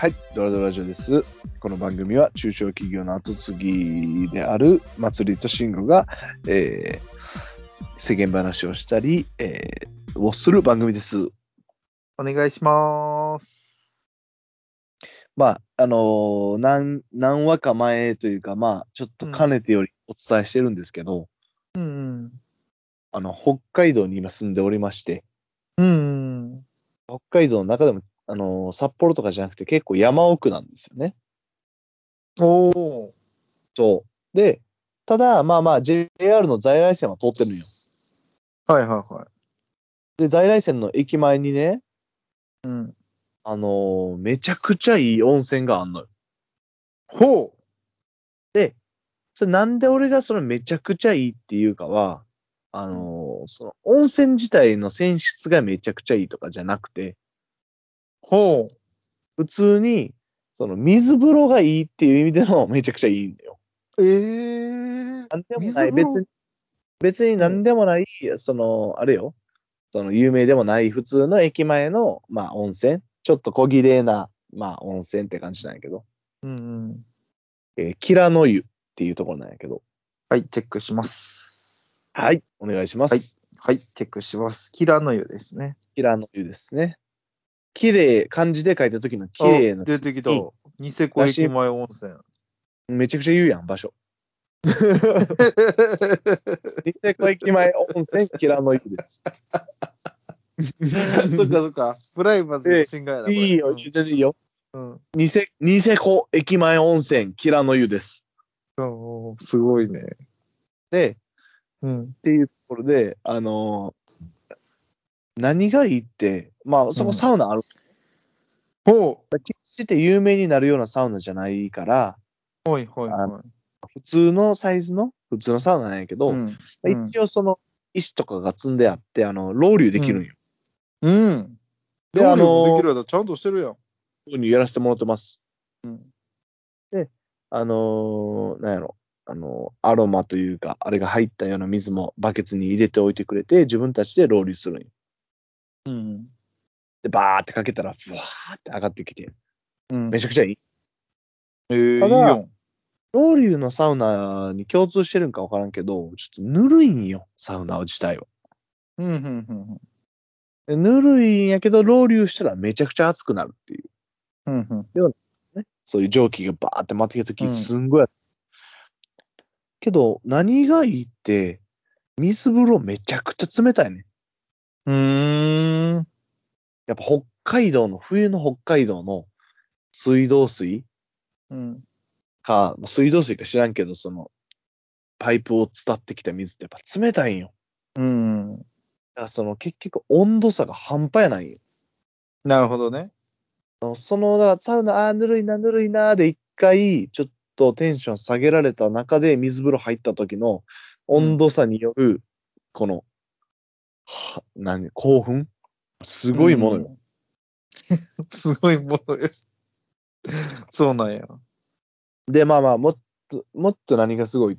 はい、ドラドラジオです。この番組は中小企業の後継ぎである祭りと慎吾が、世間話をしたり、をする番組です。 お願いします。 まあ、何話か前というか、まあ、ちょっとかねてよりお伝えしてるんですけど、北海道に今住んでおりまして、北海道の中でも、札幌とかじゃなくて結構山奥なんですよね。 おー。 そう。で、ただ、まあまあ、JR の在来線は通ってるんよ。 はいはいはい。 で、在来線の駅前にね、めちゃくちゃいい温泉があんのよ。 ほで、それなんで俺がそのめちゃくちゃいいっていうかは、その温泉自体の泉質がめちゃくちゃいいとかじゃなくて、 ほう。 普通に、その水風呂がいいっていう意味でのめちゃくちゃいいんだよ。なんでもない、 水風呂。 別になんでもない、あれよ。その有名でもない普通の駅前の、まあ温泉。ちょっと小綺麗な、まあ温泉って感じなんやけど。キラの湯っていうところなんやけど。 はい、チェックします。 はい、お願いします。 はい、チェックします。キラの湯ですね。 キラの湯ですね。綺麗、漢字で書いた時の綺麗な。 出てきた。ニセコ駅前温泉。 めちゃくちゃ言うやん、場所。ニセコ駅前温泉、キラの湯です。 そっかそっか。プライバシーの侵害やな。 いいよ、全然いいよ。ニセコ駅前温泉、キラの湯です。 すごいね。 で、っていうところで、何がいいって、まあ、そこサウナある。決して有名になるようなサウナじゃないから、普通のサイズの、普通のサウナなんやけど、一応その石とかが積んであって、ロウリュできるんよ。 で、ロウリュもできるやつちゃんとしてるやん。 ロウリュやらせてもらってます。で、なんやろ、アロマというか、あれが入ったような水もバケツに入れておいてくれて、自分たちでロウリュするんよ。で、バーってかけたら、ふわーって上がってきて、めちゃくちゃいい。ただ、ロウリュのサウナに共通してるんかわからんけど、ちょっとぬるいんよ、サウナ自体は。でぬるいんやけど、ロウリュしたらめちゃくちゃ熱くなるっていう。そういう蒸気がバーって回ってきたとき、すんごい。けど、何がいいって、水風呂めちゃくちゃ冷たいね。やっぱ冬の北海道の水道水か、水道水か知らんけど、パイプを伝ってきた水ってやっぱ冷たいんよ。だから結局温度差が半端やないんよ。 なるほどね。 だからサウナ、ぬるいなで一回、ちょっとテンション下げられた中で水風呂入った時の温度差による、この、興奮すごいものよ。 すごいものよ。そうなんや。 で、まあまあ、もっと何がすごいって、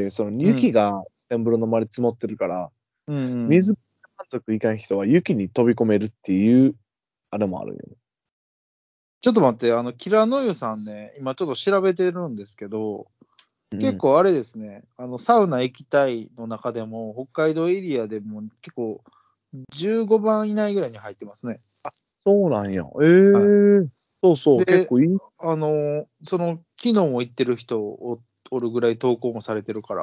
雪が天風呂の周り積もってるから、水満足いかん人は雪に飛び込めるっていう、あれもあるよね。 ちょっと待って、キラノユさんね、今ちょっと調べてるんですけど、結構あれですね、サウナ行きたいの中でも、北海道エリアでも結構15番以内ぐらいに入ってますね。 そうなんや。そうそう、結構いい。 昨日も行ってる人おるぐらい投稿もされてるから、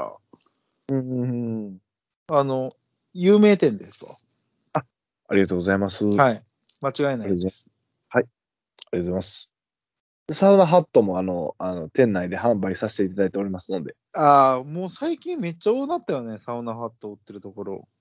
有名店ですわ。ありがとうございます。 はい。間違いないです。 はい。ありがとうございます。サウナハットも店内で販売させていただいておりますので。 もう最近めっちゃ多なったよね、サウナハット売ってるところ。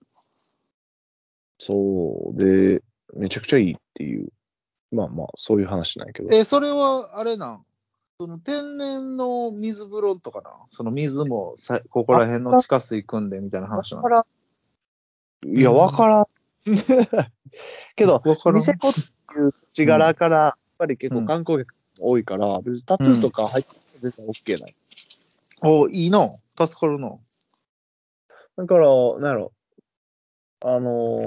そうで、めちゃくちゃいいっていう、まあまあ、そういう話なんやけど。 それはあれ天然の水風呂とかその水もここら辺の地下水汲んでみたいな話なんです。 いや、わからん。けど、ニセコっていう土地柄から、やっぱり結構観光客多いから、別にタトゥーとか入って全然 OK ない。 いいな。助かるな。 だから、なんやろ、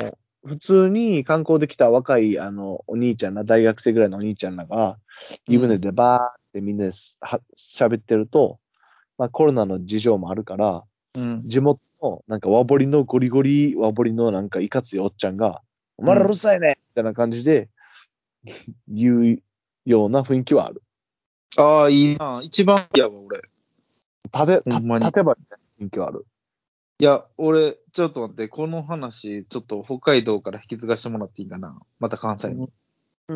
普通に観光できた若い、お兄ちゃんな、大学生ぐらいのお兄ちゃんらが、湯船でバーってみんなで喋ってると、まあコロナの事情もあるから、地元のなんか和彫りのゴリゴリ和彫りのなんかいかついおっちゃんが、お前らうるさいねみたいな感じで言うような雰囲気はある。 ああ、いいな。一番いいやわ、俺。 立てばみたいな雰囲気はある。 いや、俺、ちょっと待って、この話、ちょっと北海道から引き継がしてもらっていいかな。また関西に。 うん。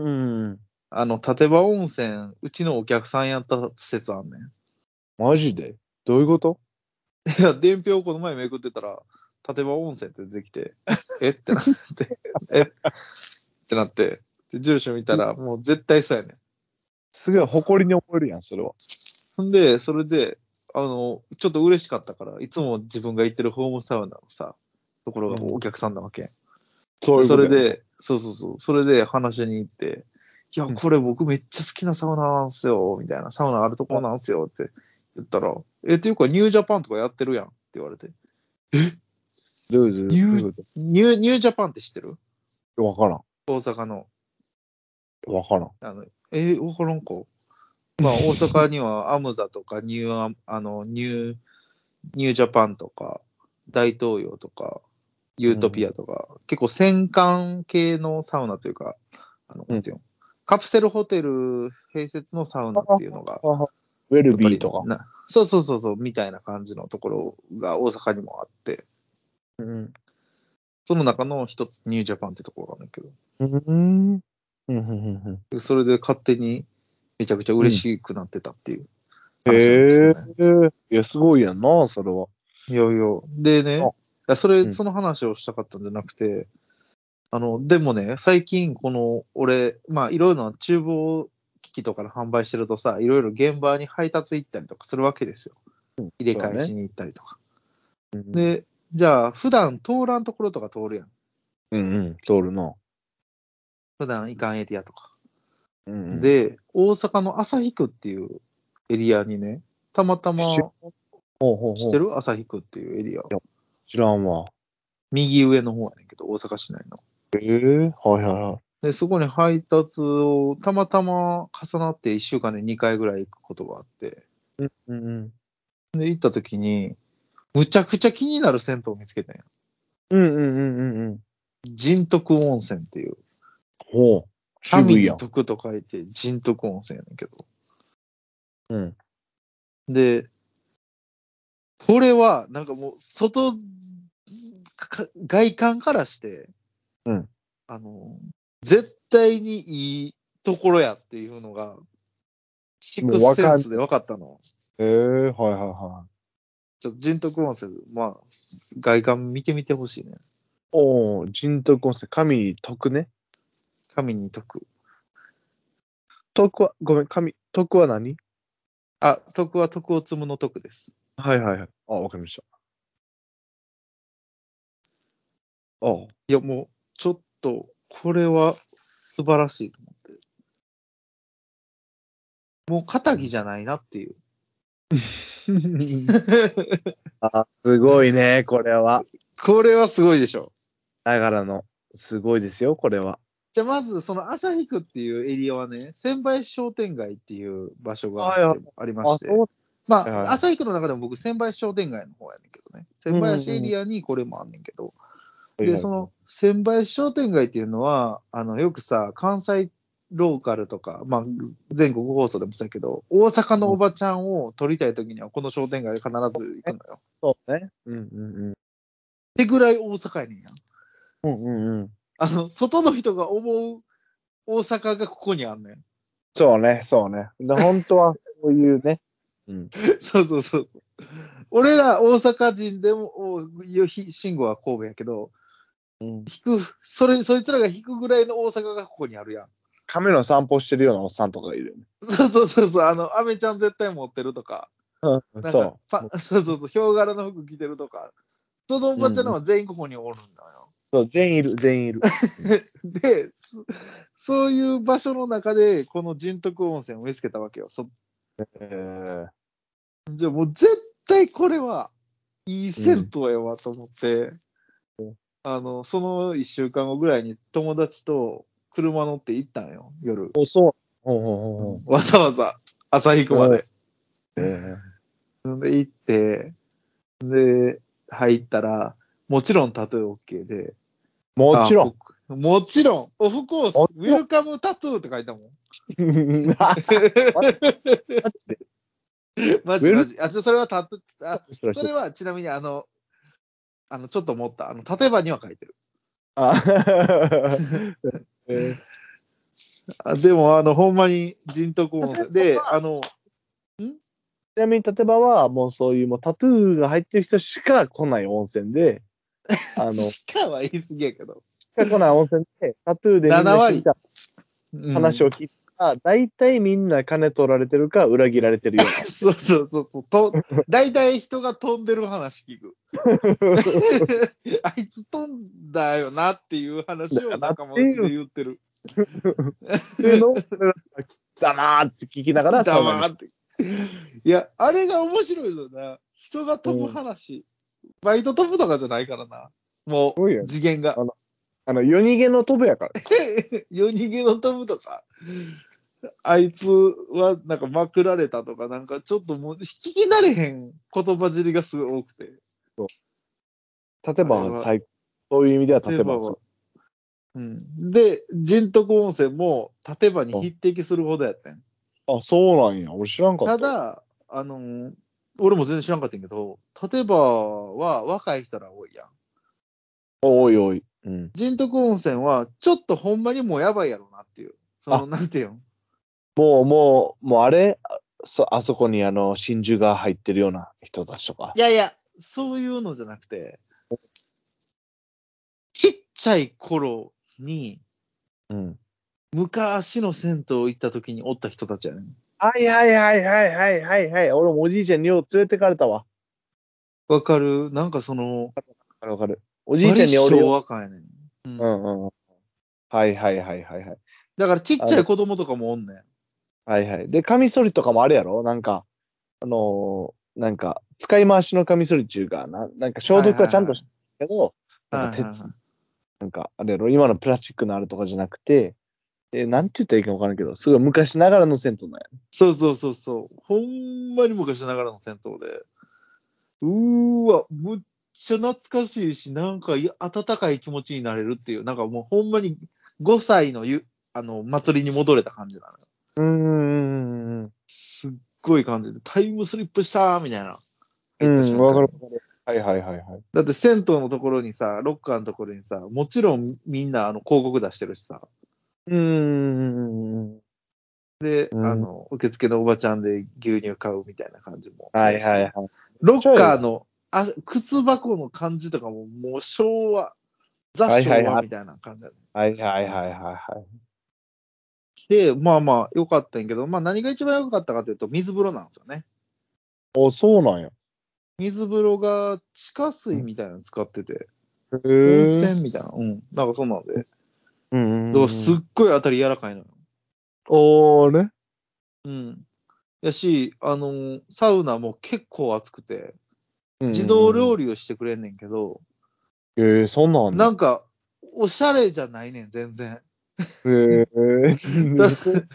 立場温泉、うちのお客さんやった説あんねん。 マジでどういうこと？ いや、伝票この前めくってたら、立場温泉って出てきて、ってなって、ってなって、で住所見たら、もう絶対そうやねん。 すごい誇りに思えるやん、それは。 ほんで、それで、ちょっと嬉しかったから、いつも自分が行ってるホームサウナのさ、ところがお客さんなわけ。それで、それで話しに行って、いや、これ僕めっちゃ好きなサウナなんすよ、みたいな、サウナあるところなんすよって言ったら、っていうか、ニュージャパンとかやってるやんって言われて、 どういうこニュージャパンって知ってる？ と？わからん。 大阪の。 わからん。 わからんか。まあ、大阪にはアムザとかニュージャパンとか、大東洋とか、ユートピアとか、結構戦艦系のサウナというか、なんていうの、カプセルホテル併設のサウナっていうのが、 ウェルビーとか。 そう、みたいな感じのところが大阪にもあって、その中の一つ、ニュージャパンってところなんだけど、それで勝手にめちゃくちゃ嬉しくなってたっていう話ですね。 いや、すごいやんな、それは。 いやいや。でね、その話をしたかったんじゃなくて、でもね、最近、俺、まあ、いろいろな厨房機器とかの販売してるとさ、いろいろ現場に配達行ったりとかするわけですよ。入れ替えしに行ったりとか。で、じゃあ、普段通らんところとか通るやん。 通るな。 普段行かんエリアとか。で、大阪の旭区っていうエリアにね、たまたま、知ってる？旭区っていうエリア。 知らんわ。 右上の方やねんけど、大阪市内の。 はい。 で、そこに配達をたまたま重なって1週間で2回ぐらい行くことがあって。で、行った時に、むちゃくちゃ気になる銭湯を見つけたんや。神徳温泉っていう。神に徳と書いて神徳温泉やねんけど。で、これは、なんかもう、外観からして、絶対にいいところやっていうのが、シックスセンスで分かったの。ちょっと神徳温泉、まあ、外観見てみてほしいね。 神徳温泉、神に徳ね。 神に徳。 徳は、ごめん、徳は何？ 徳は徳を積むの徳です。 はい。わかりました。 いや、もう、ちょっと、これは素晴らしいと思って。もう、肩着じゃないなっていう。 すごいね、これは。 これはすごいでしょ。 だからの、すごいですよ、これは。 じゃあ、まず、その旭区っていうエリアはね、千林商店街っていう場所がありまして。まあ、旭区の中でも僕、千林商店街の方やねんけどね。千林エリアにこれもあんねんけど。で、その、千林商店街っていうのは、よくさ、関西ローカルとか、まあ、全国放送でもそうやけど、大阪のおばちゃんを撮りたいときには、この商店街で必ず行くのよ。 そうね。 ってぐらい大阪やねんや。外の人が思う大阪がここにあんねん。 そうね。本当はそういうね。 そう。俺ら大阪人でも、慎吾は神戸やけど、そいつらが引くぐらいの大阪がここにあるやん。 亀の散歩してるようなおっさんとかいるよね。 そう、アメちゃん絶対持ってるとか。そう。ヒョウ柄の服着てるとか。そのおばちゃんは全員ここにおるんだよ。 そう、全員いる。 で、そういう場所の中で、この神徳温泉を見つけたわけよ。じゃあもう絶対これは、いい銭湯やわと思って。 その1週間後ぐらいに友達と車乗って行ったんよ、夜。 そう。ほう。 わざわざ、旭区まで。で、行って、で、入ったら、もちろんタトゥー OK で。 もちろん。 もちろん、オフコース、ウェルカムタトゥーって書いたもん。マジ。それはそれはちなみにちょっと思った。縦場には書いてる。でも、ほんまに人徳温泉。で、 ちなみに、立場は、もうそういう、もうタトゥーが入ってる人しか来ない温泉で、 しかは言い過ぎやけど。 しか来ない温泉で、タトゥーでみんな死んだ話を聞いたら、大体みんな金取られてるか、裏切られてるような。 そう。大体人が飛んでる話聞く。あいつ飛んだよなっていう話を仲間内で言ってる。 っていうのを、だなーって聞きながら、 だまーって。いや、あれが面白いのな。人が飛ぶ話。バイト飛ぶとかじゃないからな。もう、次元が。 夜逃げの飛ぶやから。 夜逃げの飛ぶとか。あいつはなんかまくられたとか、なんかちょっともう聞き慣れへん言葉尻がすごい多くて。 そう。立場は最高。そういう意味では立場は。 で、人徳温泉も立場に匹敵するほどやったん。 あ、そうなんや。俺知らんかった。 ただ、俺も全然知らんかったんやけど、立場は若い人ら多いやん。 多い。 人徳温泉は、ちょっとほんまにもうやばいやろなっていう。なんていうん。 もうあれあそこに真珠が入ってるような人たちとか。 いや、そういうのじゃなくて、ちっちゃい頃に、昔の銭湯行った時におった人たちやねん。 はい。俺もおじいちゃんによう連れてかれたわ。 わかる？なんかわかる。おじいちゃんに俺昭和感やねん。 はい。 だからちっちゃい子供とかもおんねん。 はい。で、カミソリとかもあれやろ？なんか、なんか、使い回しのカミソリ中がなんか消毒はちゃんとしてるけど、なんか鉄、なんか、あれやろ？今のプラスチックのあるとかじゃなくて、なんて言ったらいいか分からんけど、すごい昔ながらの銭湯なんや。 そう。ほんまに昔ながらの銭湯で。むっちゃ懐かしいし、なんか温かい気持ちになれるっていう、なんかもうほんまに5歳の祭りに戻れた感じなのよ。すっごい感じで、タイムスリップしたーみたいな。 わかる。はい。 だって銭湯のところにさ、ロッカーのところにさ、もちろんみんな広告出してるしさ。で、受付のおばちゃんで牛乳買うみたいな感じも。 はい。 ロッカーの靴箱の感じとかももう昭和、ザ昭和みたいな感じだね。 はい。 で、良かったんやけど、何が一番良かったかというと、水風呂なんですよね。 そうなんや。 水風呂が地下水みたいなの使ってて、温泉みたいな。なんかそうなんで。だからすっごい当たり柔らかいのよ。 ね。 やし、サウナも結構暑くて、自動料理をしてくれんねんけど、 そんなんなんか、おしゃれじゃないねん、全然。 例えば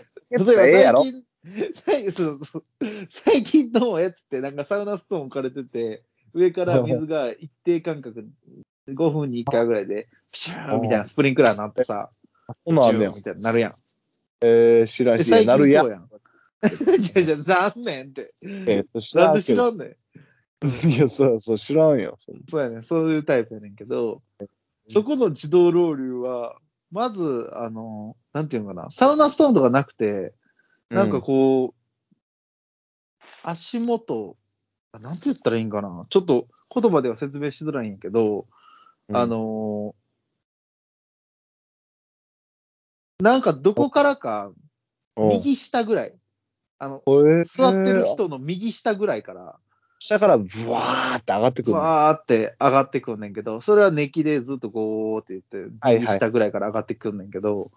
最近のやつってなんかサウナストーン置かれてて、上から水が一定間隔、5分に1回ぐらいで、プシューみたいなスプリンクラーになってさ、 そうなんだよ。 みたいになるやん。 知らんし、 最近そうややん。じゃなんねんって。なんで知らんねん。 いや、そう、知らんよ。 そうやねん。そういうタイプやねんけど、そこの自動ロウリュは、まず、なんていうのかな、サウナストーンとかなくて、なんかこう、足元、なんて言ったらいいんかな、ちょっと言葉では説明しづらいんやけど、なんかどこからか、右下ぐらい、座ってる人の右下ぐらいから、 下からブワーって上がってくる。 ブワーって上がってくんねんけど、それは熱気でずっとゴーって言って、右下ぐらいから上がってくんねんけど、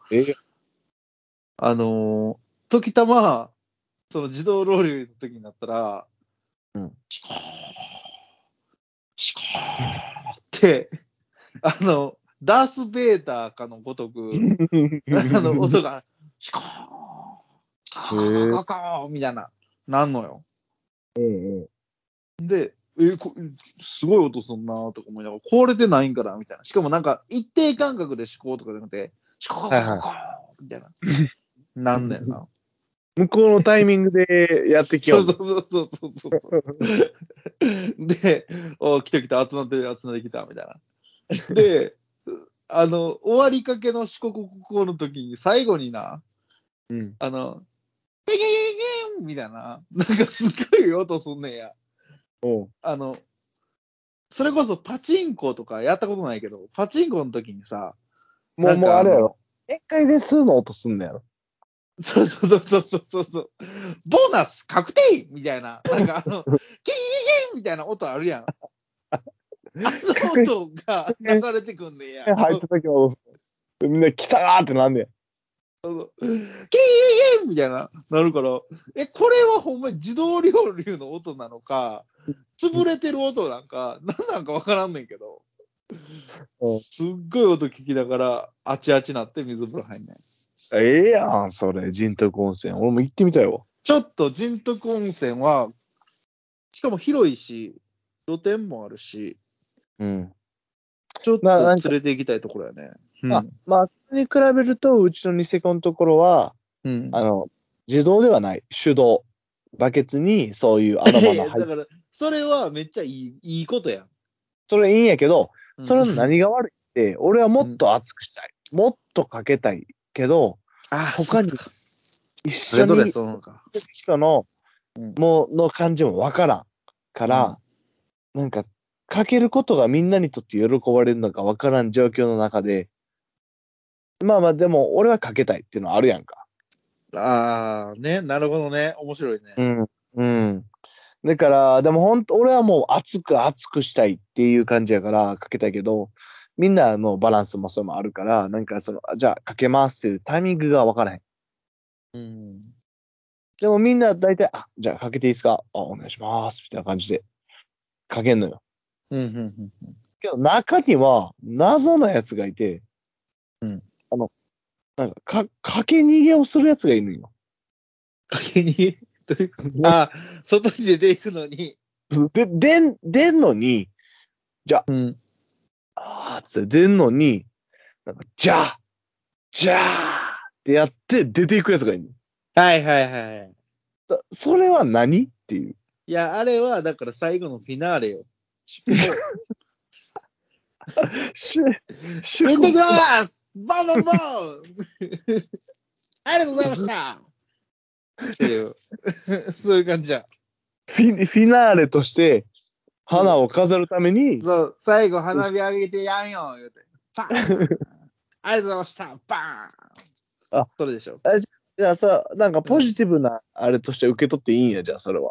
時たま、その自動ロウリュの時になったら、シコーって、 ダース・ベイダーかのごとく、音が、シコーン、カーカーカーみたいな、なんのよ。で、すごい音すんなとか思いながら、壊れてないんかなみたいな。しかもなんか、一定間隔で思考とかじゃなくて、シコーン、みたいな。なんねんな。 向こうのタイミングでやってきよう。 そう。で、来た来た、集まってきた、みたいな。で、終わりかけの四国国語の時に、最後にな、ゲゲゲゲンみたいな、なんかすっごい音すんねんや。それこそパチンコとかやったことないけど、パチンコの時にさ、 もうあれやろ。1回ですの音すんのやろ。 そう。ボーナス確定みたいな、なんかキーみたいな音あるやん。あの音が流れてくんねんや。 入った時の音みんな来たーってなんねん。 キーみたいな、なるから、これはほんまに自動料理の音なのか、潰れてる音なんか、何なんかわからんねんけど、すっごい音聞きながら、あちあちなって水風呂入んねん。 ええやん、それ、人徳温泉。俺も行ってみたいわ。 ちょっと人徳温泉は、しかも広いし、露天もあるし、ちょっと連れて行きたいところやね。 それに比べると、うちのニセコのところは、自動ではない、手動。バケツにそういうアロマのだから、それはめっちゃいいことやん。 それいいんやけど、それの何が悪いって、俺はもっと熱くしたい。もっとかけたいけど、他に一緒に人の、の感じもわからんから、なんか、かけることがみんなにとって喜ばれるのかわからん状況の中で、でも俺はかけたいっていうのはあるやんか。 ね、なるほどね。面白いね。 だから、でも本当、俺はもう熱くしたいっていう感じやからかけたいけど、みんなのバランスもそれもあるから、なんかじゃあかけますっていうタイミングがわからへん。でもみんな大体、じゃあかけていいですか？お願いします。みたいな感じでかけんのよ。けど中には謎なやつがいて、なんかかけ逃げをするやつがいるのよ。 かけ逃げ外に出ていくのに。 出んのに、じゃあ、つって出んのに、なんか、じゃあってやって出ていくやつがいるの。 はい。 それは何っていう。 いや、あれは、だから最後のフィナーレよ。行ってきますボンボンボンありがとうございましたっていう、そういう感じじゃん。 フィナーレとして、花を飾るために、 そう、最後花火上げてやんよ、言うて。パーンありがとうございましたバーンそれでしょ。 じゃあさ、なんかポジティブなあれとして受け取っていいんや、じゃあそれは。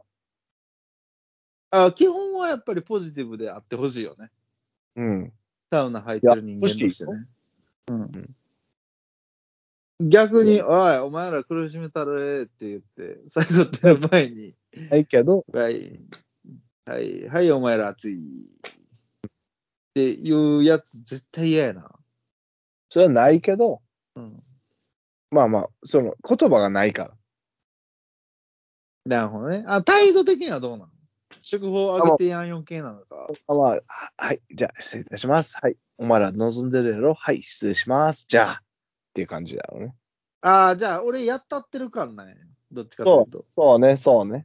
基本はやっぱりポジティブであってほしいよね。サウナ入ってる人間としてね。逆に、おい、お前ら苦しめたれって言って、最後出る前に。 はいけど。 はい、お前ら熱い。っていうやつ絶対嫌やな。 それはないけど、言葉がないから。 なるほどね。態度的にはどうなの？祝福を上げてやんよ系なのか。 はい、じゃあ失礼いたします。はい、お前ら望んでるやろ？はい、失礼します。じゃあ、っていう感じだろうね。 じゃあ俺やったってるからね。どっちかというと。 そうね。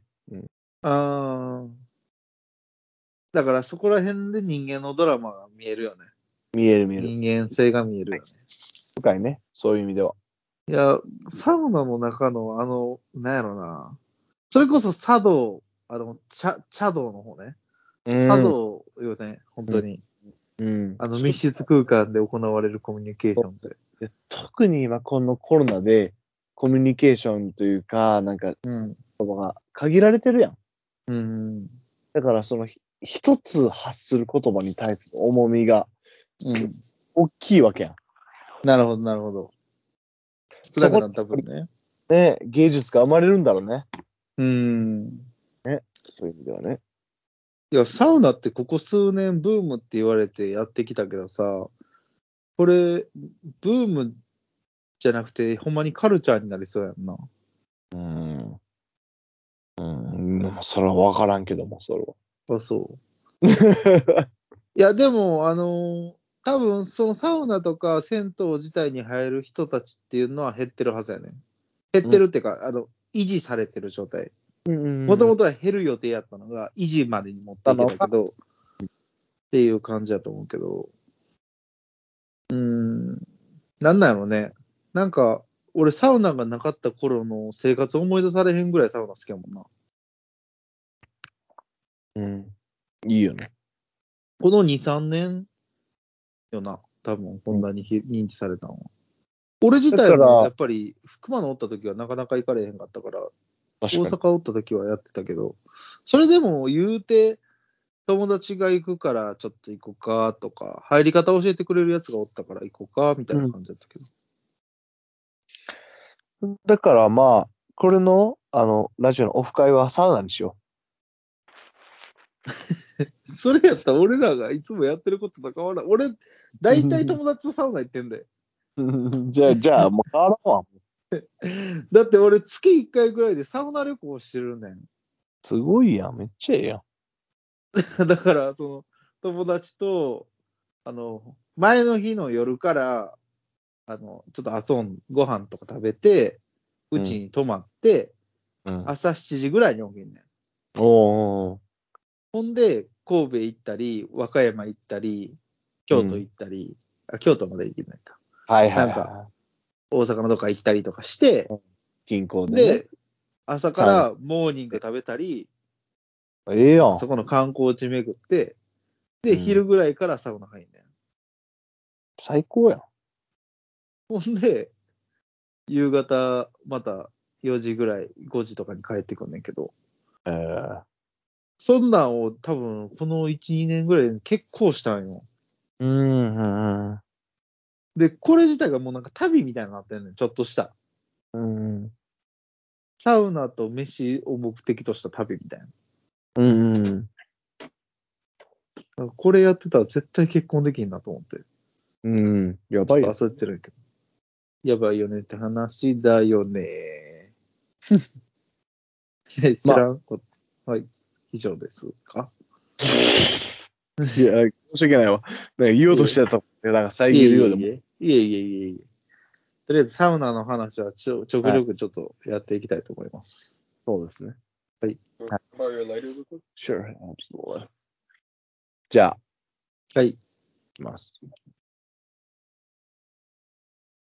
だからそこら辺で人間のドラマが見えるよね。 見える。 人間性が見えるよね。 深いね。そういう意味では。 いや、サウナの中の、なんやろな。それこそ茶道、茶道の方ね。茶道よね、本当に。密室空間で行われるコミュニケーションで。 特に今このコロナでコミュニケーションというか、なんか、言葉が限られてるやん。だから一つ発する言葉に対する重みが、大きいわけやん。 なるほど。少なくなった分ね。 ね、芸術が生まれるんだろうね。 ね、 そういう意味ではね。 いや、サウナってここ数年ブームって言われてやってきたけどさ、これ、ブームじゃなくて、ほんまにカルチャーになりそうやんな。 うん。うん。それは分からんけども、それは。 あ、そう。いや、でも、多分そのサウナとか銭湯自体に入る人たちっていうのは減ってるはずやねん。減ってるっていうか、維持されてる状態。 うん。 もともとは減る予定やったのが、維持までに持っていけたけど、っていう感じだと思うけど、なんなんやろね。なんか、俺サウナがなかった頃の生活思い出されへんぐらいサウナ好きやもんな。 うん。いいよね。 この2、3年よな。多分、こんなに認知されたのは。俺自体もやっぱり、熊野おった時はなかなか行かれへんかったから、大阪おった時はやってたけど、それでも言うて、友達が行くからちょっと行こうかとか、入り方教えてくれるやつがおったから行こうかみたいな感じだったけど。 だからまあ、これの、ラジオのオフ会はサウナにしよそれやったら俺らがいつもやってることと変わらん。俺、大体友達とサウナ行ってんだよ。 う。じゃあ、もう変わらんわ。 だって俺月1回ぐらいでサウナ旅行してるねん。 すごいやん。めっちゃええやん。 だから、友達と、前の日の夜から、ちょっとご飯とか食べて、うちに泊まって、 うん。 朝7時ぐらいに起きんねん。 おー。 ほんで、神戸行ったり、和歌山行ったり、京都行ったり、京都まで行けないか。 はいはいなんか、 は大阪のどっか行ったりとかして、 い。近郊でね。 で、朝からモーニング食べたり、 ええやん。 そこの観光地巡って、で、 うん昼ぐらいからサウナ入んねん。 最高やん。 ほんで、夕方、また4時ぐらい、5時とかに帰ってくんねんけど、 ええそんなんを多分、この1、2年ぐらいで結構したんよ。 うん、 で、これ自体がもうなんか旅みたいになってんねん、ちょっとした。 うん、 サウナと飯を目的とした旅みたいな。 うん、 これやってたら絶対結婚できんなと思って。 うん、やちょっとばいよ。 焦ってるけど。やばいよねって話だよね。知まあ、 らんこと。はい。以上ですか？ いや、申し訳ないわ。なんか言おうとしてたと思って、なんか遮いえるようでも。 いえいえ。いえいえいえいえ。とりあえずサウナの話はちょくちはい、 ょくちょっとやっていきたいと思います。 そうですね。 はい。 はい Sure, absolutely. じゃあ、 はい。 いきます。